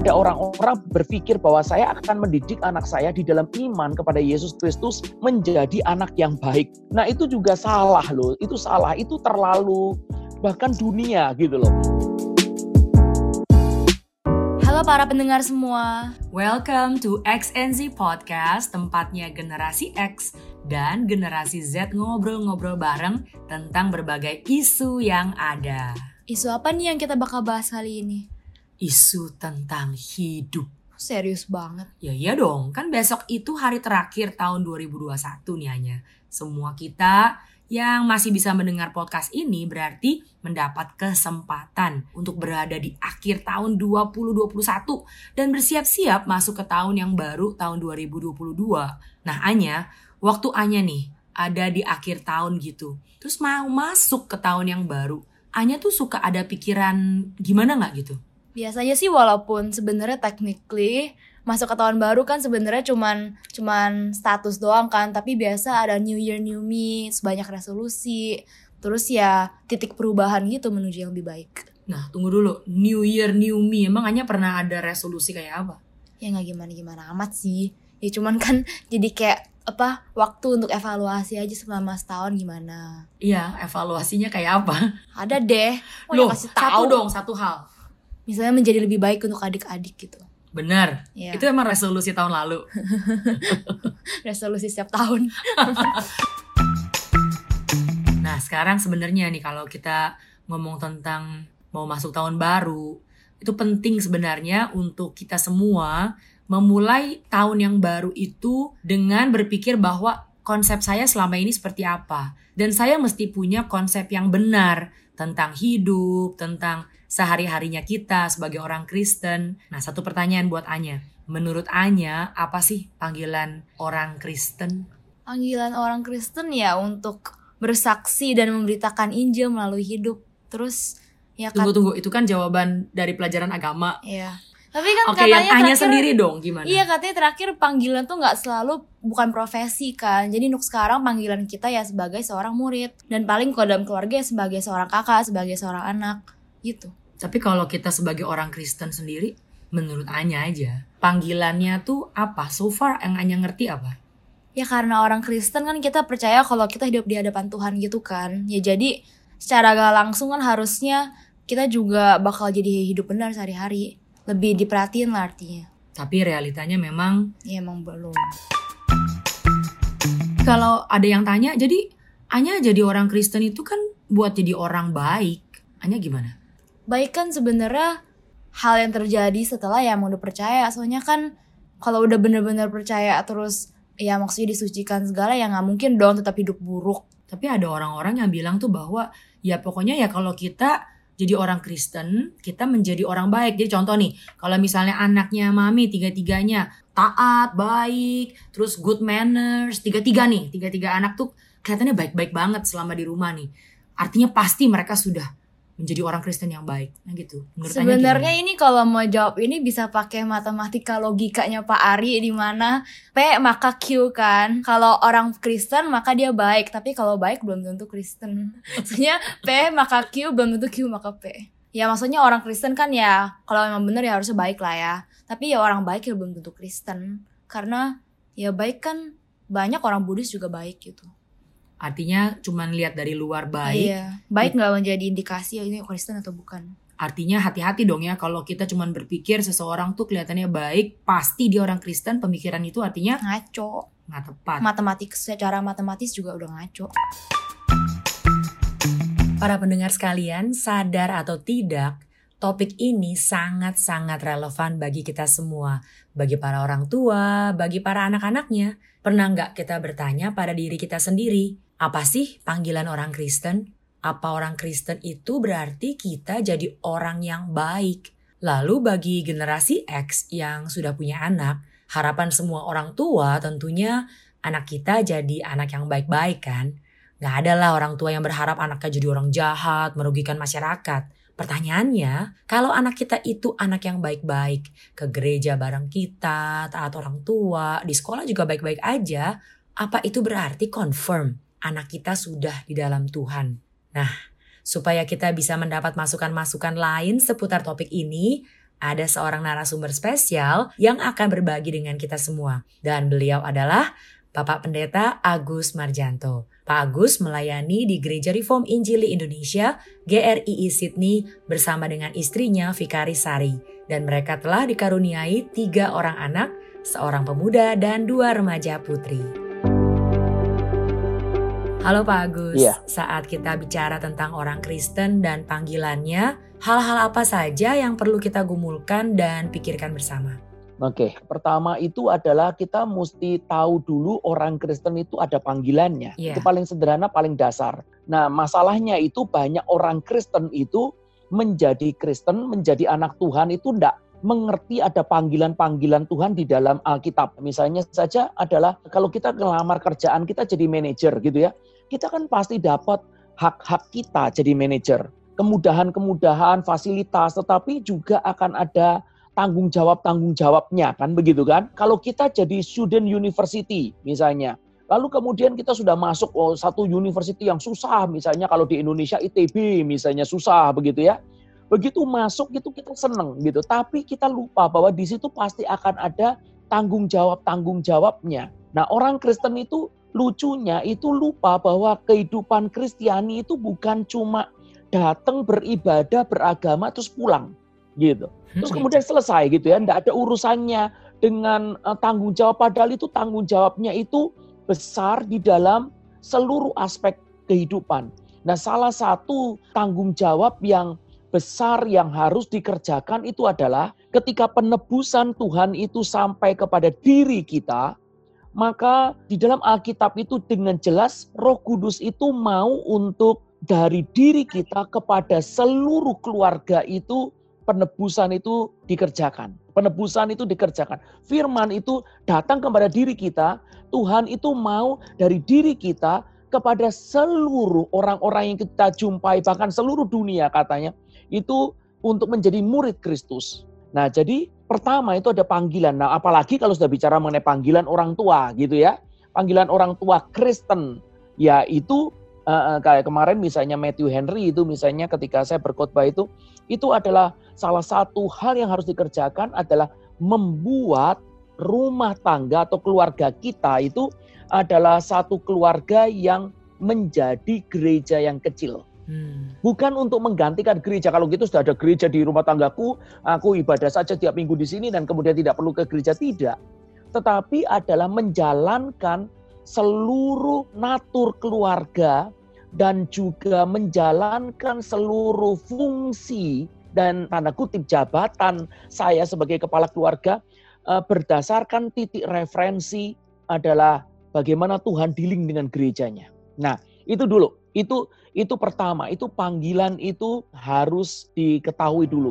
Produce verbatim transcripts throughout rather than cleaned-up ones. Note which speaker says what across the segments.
Speaker 1: ada orang-orang berpikir bahwa saya akan mendidik anak saya di dalam iman kepada Yesus Kristus menjadi anak yang baik. Nah itu juga salah loh, itu salah, itu terlalu bahkan dunia gitu loh.
Speaker 2: Halo para pendengar semua.
Speaker 3: Welcome to X and Z Podcast, tempatnya generasi X dan generasi Z ngobrol-ngobrol bareng tentang berbagai isu yang ada.
Speaker 2: Isu apa nih yang kita bakal bahas kali ini?
Speaker 3: Isu tentang hidup.
Speaker 2: Serius banget.
Speaker 3: Ya iya dong, kan besok itu hari terakhir tahun dua ribu dua puluh satu nih hanya. Semua kita yang masih bisa mendengar podcast ini berarti mendapat kesempatan untuk berada di akhir tahun dua ribu dua puluh satu dan bersiap-siap masuk ke tahun yang baru, tahun dua ribu dua puluh dua. Nah Anya, waktu Anya nih ada di akhir tahun gitu, terus mau masuk ke tahun yang baru, Anya tuh suka ada pikiran gimana gak gitu?
Speaker 2: Biasanya sih walaupun sebenarnya technically masuk ke tahun baru kan sebenarnya cuman cuman status doang kan, tapi biasa ada New Year New Me, sebanyak resolusi, terus ya titik perubahan gitu menuju yang lebih baik.
Speaker 3: Nah tunggu dulu, New Year New Me, emang Anya pernah ada resolusi kayak apa?
Speaker 2: Ya nggak gimana-gimana amat sih, ya cuman kan jadi kayak apa waktu untuk evaluasi aja selama setahun gimana.
Speaker 3: Iya, evaluasinya kayak apa?
Speaker 2: Ada deh, mau
Speaker 3: Loh,
Speaker 2: kasih
Speaker 3: satu
Speaker 2: tahu
Speaker 3: dong, satu hal.
Speaker 2: Misalnya menjadi lebih baik untuk adik-adik gitu.
Speaker 3: Benar,
Speaker 2: ya.
Speaker 3: Itu emang resolusi tahun lalu.
Speaker 2: Resolusi setiap tahun.
Speaker 3: Nah sekarang sebenarnya nih kalau kita ngomong tentang mau masuk tahun baru, itu penting sebenarnya untuk kita semua memulai tahun yang baru itu dengan berpikir bahwa konsep saya selama ini seperti apa. Dan saya mesti punya konsep yang benar tentang hidup, tentang sehari-harinya kita sebagai orang Kristen. Nah, satu pertanyaan buat Anya. Menurut Anya, apa sih panggilan orang Kristen?
Speaker 2: Panggilan orang Kristen ya untuk bersaksi dan memberitakan Injil melalui hidup. Terus ya
Speaker 3: Tunggu, tunggu. Itu kan jawaban dari pelajaran agama.
Speaker 2: Iya. Tapi kan
Speaker 3: Oke,
Speaker 2: katanya
Speaker 3: yang Anya
Speaker 2: terakhir,
Speaker 3: sendiri dong gimana?
Speaker 2: Iya, katanya terakhir panggilan tuh gak selalu bukan profesi kan. Jadi untuk sekarang panggilan kita ya sebagai seorang murid. Dan paling kalau dalam keluarga ya sebagai seorang kakak, sebagai seorang anak gitu.
Speaker 3: Tapi kalau kita sebagai orang Kristen sendiri, menurut Anya aja, panggilannya tuh apa? So far yang Anya ngerti apa?
Speaker 2: Ya karena orang Kristen kan kita percaya kalau kita hidup di hadapan Tuhan gitu kan. Ya jadi secara gak langsung kan harusnya kita juga bakal jadi hidup benar sehari-hari. Lebih diperhatiin lah artinya.
Speaker 3: Tapi realitanya memang...
Speaker 2: Ya emang belum.
Speaker 3: Kalau ada yang tanya, jadi Anya jadi orang Kristen itu kan buat jadi orang baik. Anya gimana?
Speaker 2: Baik kan sebenarnya hal yang terjadi setelah ya mau udah percaya. Soalnya kan kalau udah bener-bener percaya terus ya maksudnya disucikan segala ya gak mungkin dong tetap hidup buruk.
Speaker 3: Tapi ada orang-orang yang bilang tuh bahwa ya pokoknya ya kalau kita jadi orang Kristen, kita menjadi orang baik. Jadi contoh nih, kalau misalnya anaknya mami tiga-tiganya taat, baik, terus good manners, tiga-tiga nih, tiga-tiga anak tuh kelihatannya baik-baik banget selama di rumah nih. Artinya pasti mereka sudah menjadi orang Kristen yang baik. Nah gitu.
Speaker 2: Sebenarnya ini kalau mau jawab ini bisa pakai matematika logikanya Pak Ari, di mana P maka Q kan. Kalau orang Kristen maka dia baik, tapi kalau baik belum tentu Kristen. Maksudnya P maka Q belum tentu Q maka P. Ya maksudnya orang Kristen kan ya kalau memang benar ya harusnya baik lah ya. Tapi ya orang baik ya belum tentu Kristen. Karena ya baik kan banyak orang Buddhis juga baik gitu.
Speaker 3: Artinya cuman lihat dari luar baik.
Speaker 2: Iya, baik gak menjadi indikasi ya ini Kristen atau bukan.
Speaker 3: Artinya hati-hati dong ya kalau kita cuman berpikir seseorang tuh kelihatannya baik, pasti dia orang Kristen, pemikiran itu artinya
Speaker 2: ngaco.
Speaker 3: Nggak tepat.
Speaker 2: Matematik, secara matematis juga udah ngaco.
Speaker 3: Para pendengar sekalian, sadar atau tidak, topik ini sangat-sangat relevan bagi kita semua. Bagi para orang tua, bagi para anak-anaknya. Pernah nggak kita bertanya pada diri kita sendiri, apa sih panggilan orang Kristen? Apa orang Kristen itu berarti kita jadi orang yang baik? Lalu bagi generasi X yang sudah punya anak, harapan semua orang tua tentunya anak kita jadi anak yang baik-baik kan? Gak ada lah orang tua yang berharap anaknya jadi orang jahat, merugikan masyarakat. Pertanyaannya, kalau anak kita itu anak yang baik-baik, ke gereja bareng kita, taat orang tua, di sekolah juga baik-baik aja, apa itu berarti confirm anak kita sudah di dalam Tuhan? Nah, supaya kita bisa mendapat masukan-masukan lain seputar topik ini, ada seorang narasumber spesial yang akan berbagi dengan kita semua. Dan beliau adalah Bapak Pendeta Agus Marjanto. Pak Agus melayani di Gereja Reform Injili Indonesia G R I I Sydney bersama dengan istrinya Fikari Sari. Dan mereka telah dikaruniai tiga orang anak, seorang pemuda dan dua remaja putri. Halo Pak Agus,
Speaker 1: Iya.
Speaker 3: Saat kita bicara tentang orang Kristen dan panggilannya, hal-hal apa saja yang perlu kita gumulkan dan pikirkan bersama?
Speaker 1: Oke, pertama itu adalah kita mesti tahu dulu orang Kristen itu ada panggilannya.
Speaker 3: Iya.
Speaker 1: Itu paling sederhana, paling dasar. Nah, masalahnya itu banyak orang Kristen itu menjadi Kristen, menjadi anak Tuhan itu enggak mengerti ada panggilan-panggilan Tuhan di dalam Alkitab. Misalnya saja adalah kalau kita ngelamar kerjaan, kita jadi manajer gitu ya. Kita kan pasti dapat hak-hak kita jadi manajer. Kemudahan-kemudahan, fasilitas, tetapi juga akan ada tanggung jawab-tanggung jawabnya, kan begitu kan? Kalau kita jadi student university misalnya, lalu kemudian kita sudah masuk oh, satu university yang susah, misalnya kalau di Indonesia I T B misalnya susah begitu ya. Begitu masuk itu kita seneng gitu, tapi kita lupa bahwa di situ pasti akan ada tanggung jawab-tanggung jawabnya. Nah, orang Kristen itu lucunya itu lupa bahwa kehidupan Kristiani itu bukan cuma datang beribadah, beragama terus pulang gitu. Terus kemudian selesai gitu ya, enggak ada urusannya dengan uh, tanggung jawab, padahal itu tanggung jawabnya itu besar di dalam seluruh aspek kehidupan. Nah, salah satu tanggung jawab yang besar yang harus dikerjakan itu adalah ketika penebusan Tuhan itu sampai kepada diri kita, maka di dalam Alkitab itu dengan jelas Roh Kudus itu mau untuk dari diri kita kepada seluruh keluarga itu penebusan itu dikerjakan. Penebusan itu dikerjakan. Firman itu datang kepada diri kita, Tuhan itu mau dari diri kita kepada seluruh orang-orang yang kita jumpai, bahkan seluruh dunia katanya, itu untuk menjadi murid Kristus. Nah, jadi pertama itu ada panggilan. Nah, apalagi kalau sudah bicara mengenai panggilan orang tua gitu ya. Panggilan orang tua Kristen, yaitu uh, kayak kemarin misalnya Matthew Henry itu misalnya ketika saya berkhotbah itu, itu adalah salah satu hal yang harus dikerjakan adalah membuat rumah tangga atau keluarga kita itu adalah satu keluarga yang menjadi gereja yang kecil. Hmm. Bukan untuk menggantikan gereja. Kalau gitu sudah ada gereja di rumah tanggaku, aku ibadah saja tiap minggu di sini dan kemudian tidak perlu ke gereja, tidak. Tetapi adalah menjalankan seluruh natur keluarga dan juga menjalankan seluruh fungsi dan tanda kutip jabatan saya sebagai kepala keluarga berdasarkan titik referensi adalah bagaimana Tuhan dealing dengan gerejanya. Nah, itu dulu. Itu itu pertama, itu panggilan itu harus diketahui dulu.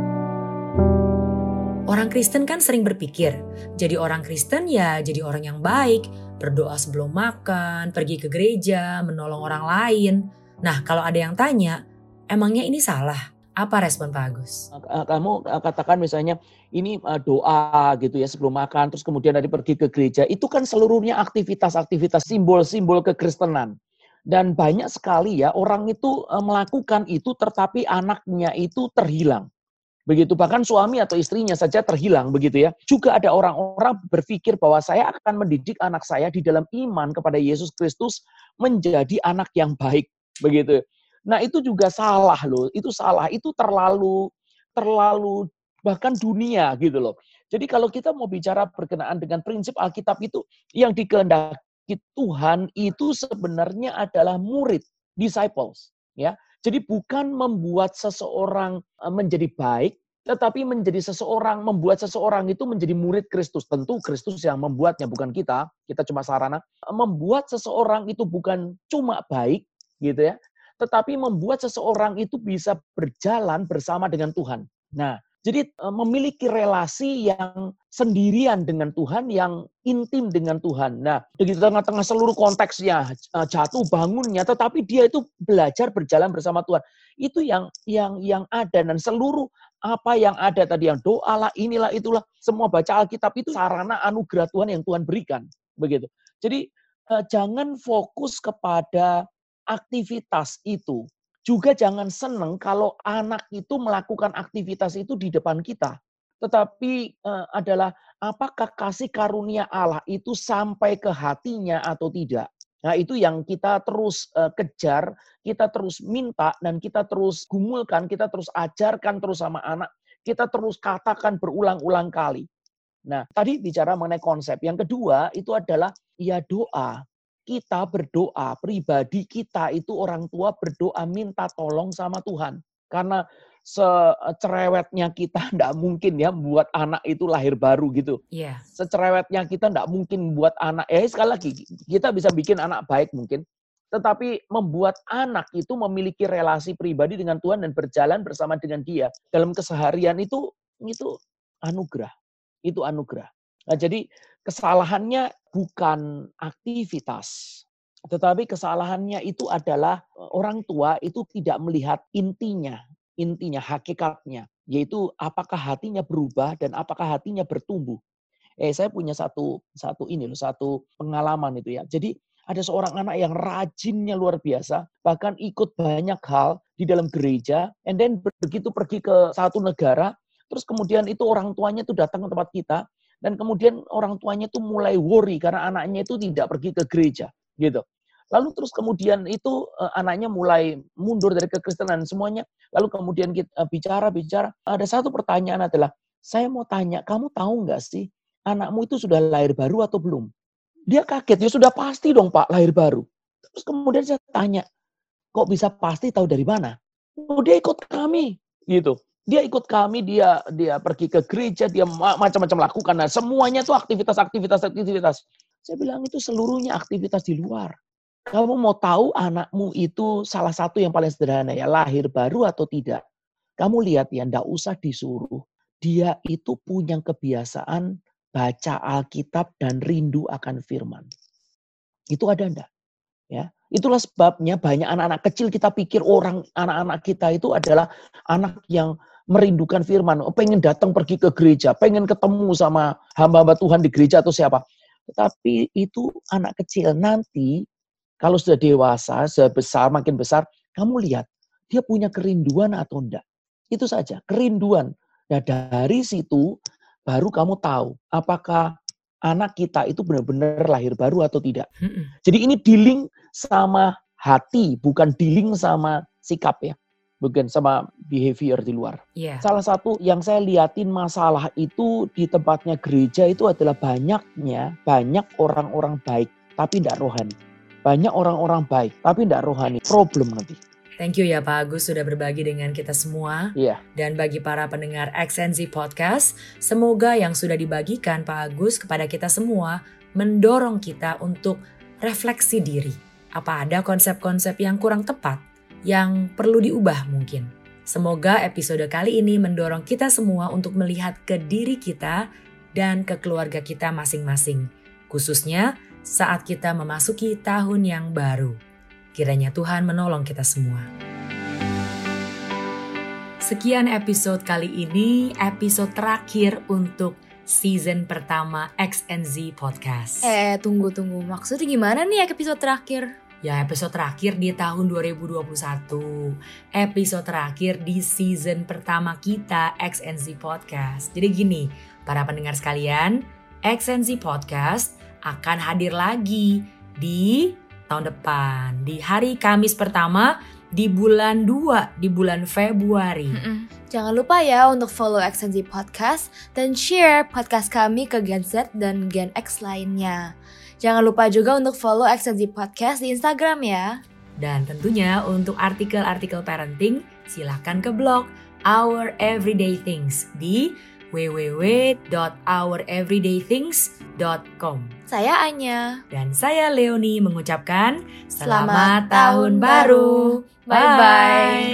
Speaker 3: Orang Kristen kan sering berpikir, jadi orang Kristen ya jadi orang yang baik, berdoa sebelum makan, pergi ke gereja, menolong orang lain. Nah, kalau ada yang tanya, emangnya ini salah? Apa respon Pak Agus?
Speaker 1: Kamu katakan misalnya ini doa gitu ya sebelum makan, terus kemudian dari pergi ke gereja, itu kan seluruhnya aktivitas-aktivitas simbol-simbol kekristenan. Dan banyak sekali ya orang itu melakukan itu tetapi anaknya itu terhilang. Begitu bahkan suami atau istrinya saja terhilang begitu ya. Juga ada orang-orang berpikir bahwa saya akan mendidik anak saya di dalam iman kepada Yesus Kristus menjadi anak yang baik begitu. Nah, itu juga salah loh. Itu salah. Itu terlalu terlalu bahkan dunia gitu loh. Jadi kalau kita mau bicara berkenaan dengan prinsip Alkitab itu yang dikehendaki Tuhan itu sebenarnya adalah murid, disciples, ya. Jadi bukan membuat seseorang menjadi baik, tetapi menjadi seseorang, membuat seseorang itu menjadi murid Kristus. Tentu Kristus yang membuatnya, bukan kita. Kita cuma sarana. Membuat seseorang itu bukan cuma baik, gitu ya, tetapi membuat seseorang itu bisa berjalan bersama dengan Tuhan. Nah, jadi memiliki relasi yang sendirian dengan Tuhan, yang intim dengan Tuhan. Nah, di tengah-tengah seluruh konteksnya, jatuh bangunnya, tetapi dia itu belajar berjalan bersama Tuhan. Itu yang yang yang ada, dan seluruh apa yang ada tadi, yang doalah, inilah, itulah, semua baca Alkitab itu sarana anugerah Tuhan yang Tuhan berikan. Begitu. Jadi jangan fokus kepada aktivitas itu. Juga jangan seneng kalau anak itu melakukan aktivitas itu di depan kita. Tetapi uh, adalah apakah kasih karunia Allah itu sampai ke hatinya atau tidak. Nah itu yang kita terus uh, kejar, kita terus minta dan kita terus gumulkan, kita terus ajarkan terus sama anak. Kita terus katakan berulang-ulang kali. Nah tadi bicara mengenai konsep. Yang kedua itu adalah ya doa. Kita berdoa, pribadi kita itu orang tua berdoa minta tolong sama Tuhan. Karena secerewetnya kita tidak mungkin ya buat anak itu lahir baru gitu.
Speaker 3: Yeah.
Speaker 1: Secerewetnya kita tidak mungkin buat anak, eh sekali lagi kita bisa bikin anak baik mungkin. Tetapi membuat anak itu memiliki relasi pribadi dengan Tuhan dan berjalan bersama dengan Dia dalam keseharian itu itu anugerah. Itu anugerah. Nah, jadi kesalahannya bukan aktivitas, tetapi kesalahannya itu adalah orang tua itu tidak melihat intinya, intinya, hakikatnya, yaitu apakah hatinya berubah dan apakah hatinya bertumbuh. Eh, saya punya satu satu ini loh, satu pengalaman itu ya. Jadi ada seorang anak yang rajinnya luar biasa, bahkan ikut banyak hal di dalam gereja, and then begitu pergi ke satu negara, terus kemudian itu orang tuanya itu datang ke tempat kita. Dan kemudian orang tuanya itu mulai worry karena anaknya itu tidak pergi ke gereja, gitu. Lalu terus kemudian itu uh, anaknya mulai mundur dari kekristenan semuanya. Lalu kemudian kita uh, bicara bicara. Ada satu pertanyaan adalah, saya mau tanya, kamu tahu nggak sih anakmu itu sudah lahir baru atau belum? Dia kaget, ya sudah pasti dong Pak lahir baru. Terus kemudian saya tanya, kok bisa pasti tahu dari mana? Oh dia ikut kami, gitu. Dia ikut kami, dia dia pergi ke gereja, dia macam-macam lakukan. Nah, semuanya itu aktivitas-aktivitas aktivitas. Saya bilang itu seluruhnya aktivitas di luar. Kamu mau tahu anakmu itu salah satu yang paling sederhana ya, lahir baru atau tidak. Kamu lihat ya, enggak usah disuruh. Dia itu punya kebiasaan baca Alkitab dan rindu akan firman. Itu ada enggak? Ya, itulah sebabnya banyak anak-anak kecil kita pikir orang anak-anak kita itu adalah anak yang merindukan firman, oh, pengen datang pergi ke gereja, pengen ketemu sama hamba-hamba Tuhan di gereja atau siapa. Tetapi itu anak kecil. Nanti kalau sudah dewasa, sudah besar, makin besar, kamu lihat dia punya kerinduan atau enggak. Itu saja, kerinduan. Nah dari situ baru kamu tahu apakah anak kita itu benar-benar lahir baru atau tidak. Jadi ini dealing sama hati, bukan dealing sama sikap ya. Bukan sama behavior di luar. Yeah. Salah satu yang saya liatin masalah itu di tempatnya gereja itu adalah banyaknya, banyak orang-orang baik tapi tidak rohani. Banyak orang-orang baik tapi tidak rohani. Problem nanti.
Speaker 3: Thank you ya Pak Agus sudah berbagi dengan kita semua.
Speaker 1: Yeah.
Speaker 3: Dan bagi para pendengar X N Z Podcast, semoga yang sudah dibagikan Pak Agus kepada kita semua mendorong kita untuk refleksi diri. Apa ada konsep-konsep yang kurang tepat? Yang perlu diubah mungkin. Semoga episode kali ini mendorong kita semua untuk melihat ke diri kita dan ke keluarga kita masing-masing. Khususnya saat kita memasuki tahun yang baru. Kiranya Tuhan menolong kita semua. Sekian episode kali ini, episode terakhir untuk season pertama X N Z Podcast.
Speaker 2: Eh, tunggu-tunggu. Maksudnya gimana nih episode terakhir?
Speaker 3: Ya episode terakhir di tahun dua ribu dua puluh satu. Episode terakhir di season pertama kita X N Z Podcast. Jadi gini, para pendengar sekalian, X N Z Podcast akan hadir lagi di tahun depan. Di hari Kamis pertama di bulan dua, di bulan Februari.
Speaker 2: Mm-mm. Jangan lupa ya untuk follow X N Z Podcast dan share podcast kami ke Gen Z dan Gen X lainnya. Jangan lupa juga untuk follow X N Z Podcast di Instagram ya.
Speaker 3: Dan tentunya untuk artikel-artikel parenting, silahkan ke blog Our Everyday Things di w w w dot our everyday things dot com.
Speaker 2: Saya Anya.
Speaker 3: Dan saya Leonie mengucapkan
Speaker 2: Selamat, Selamat Tahun Baru. Bye-bye.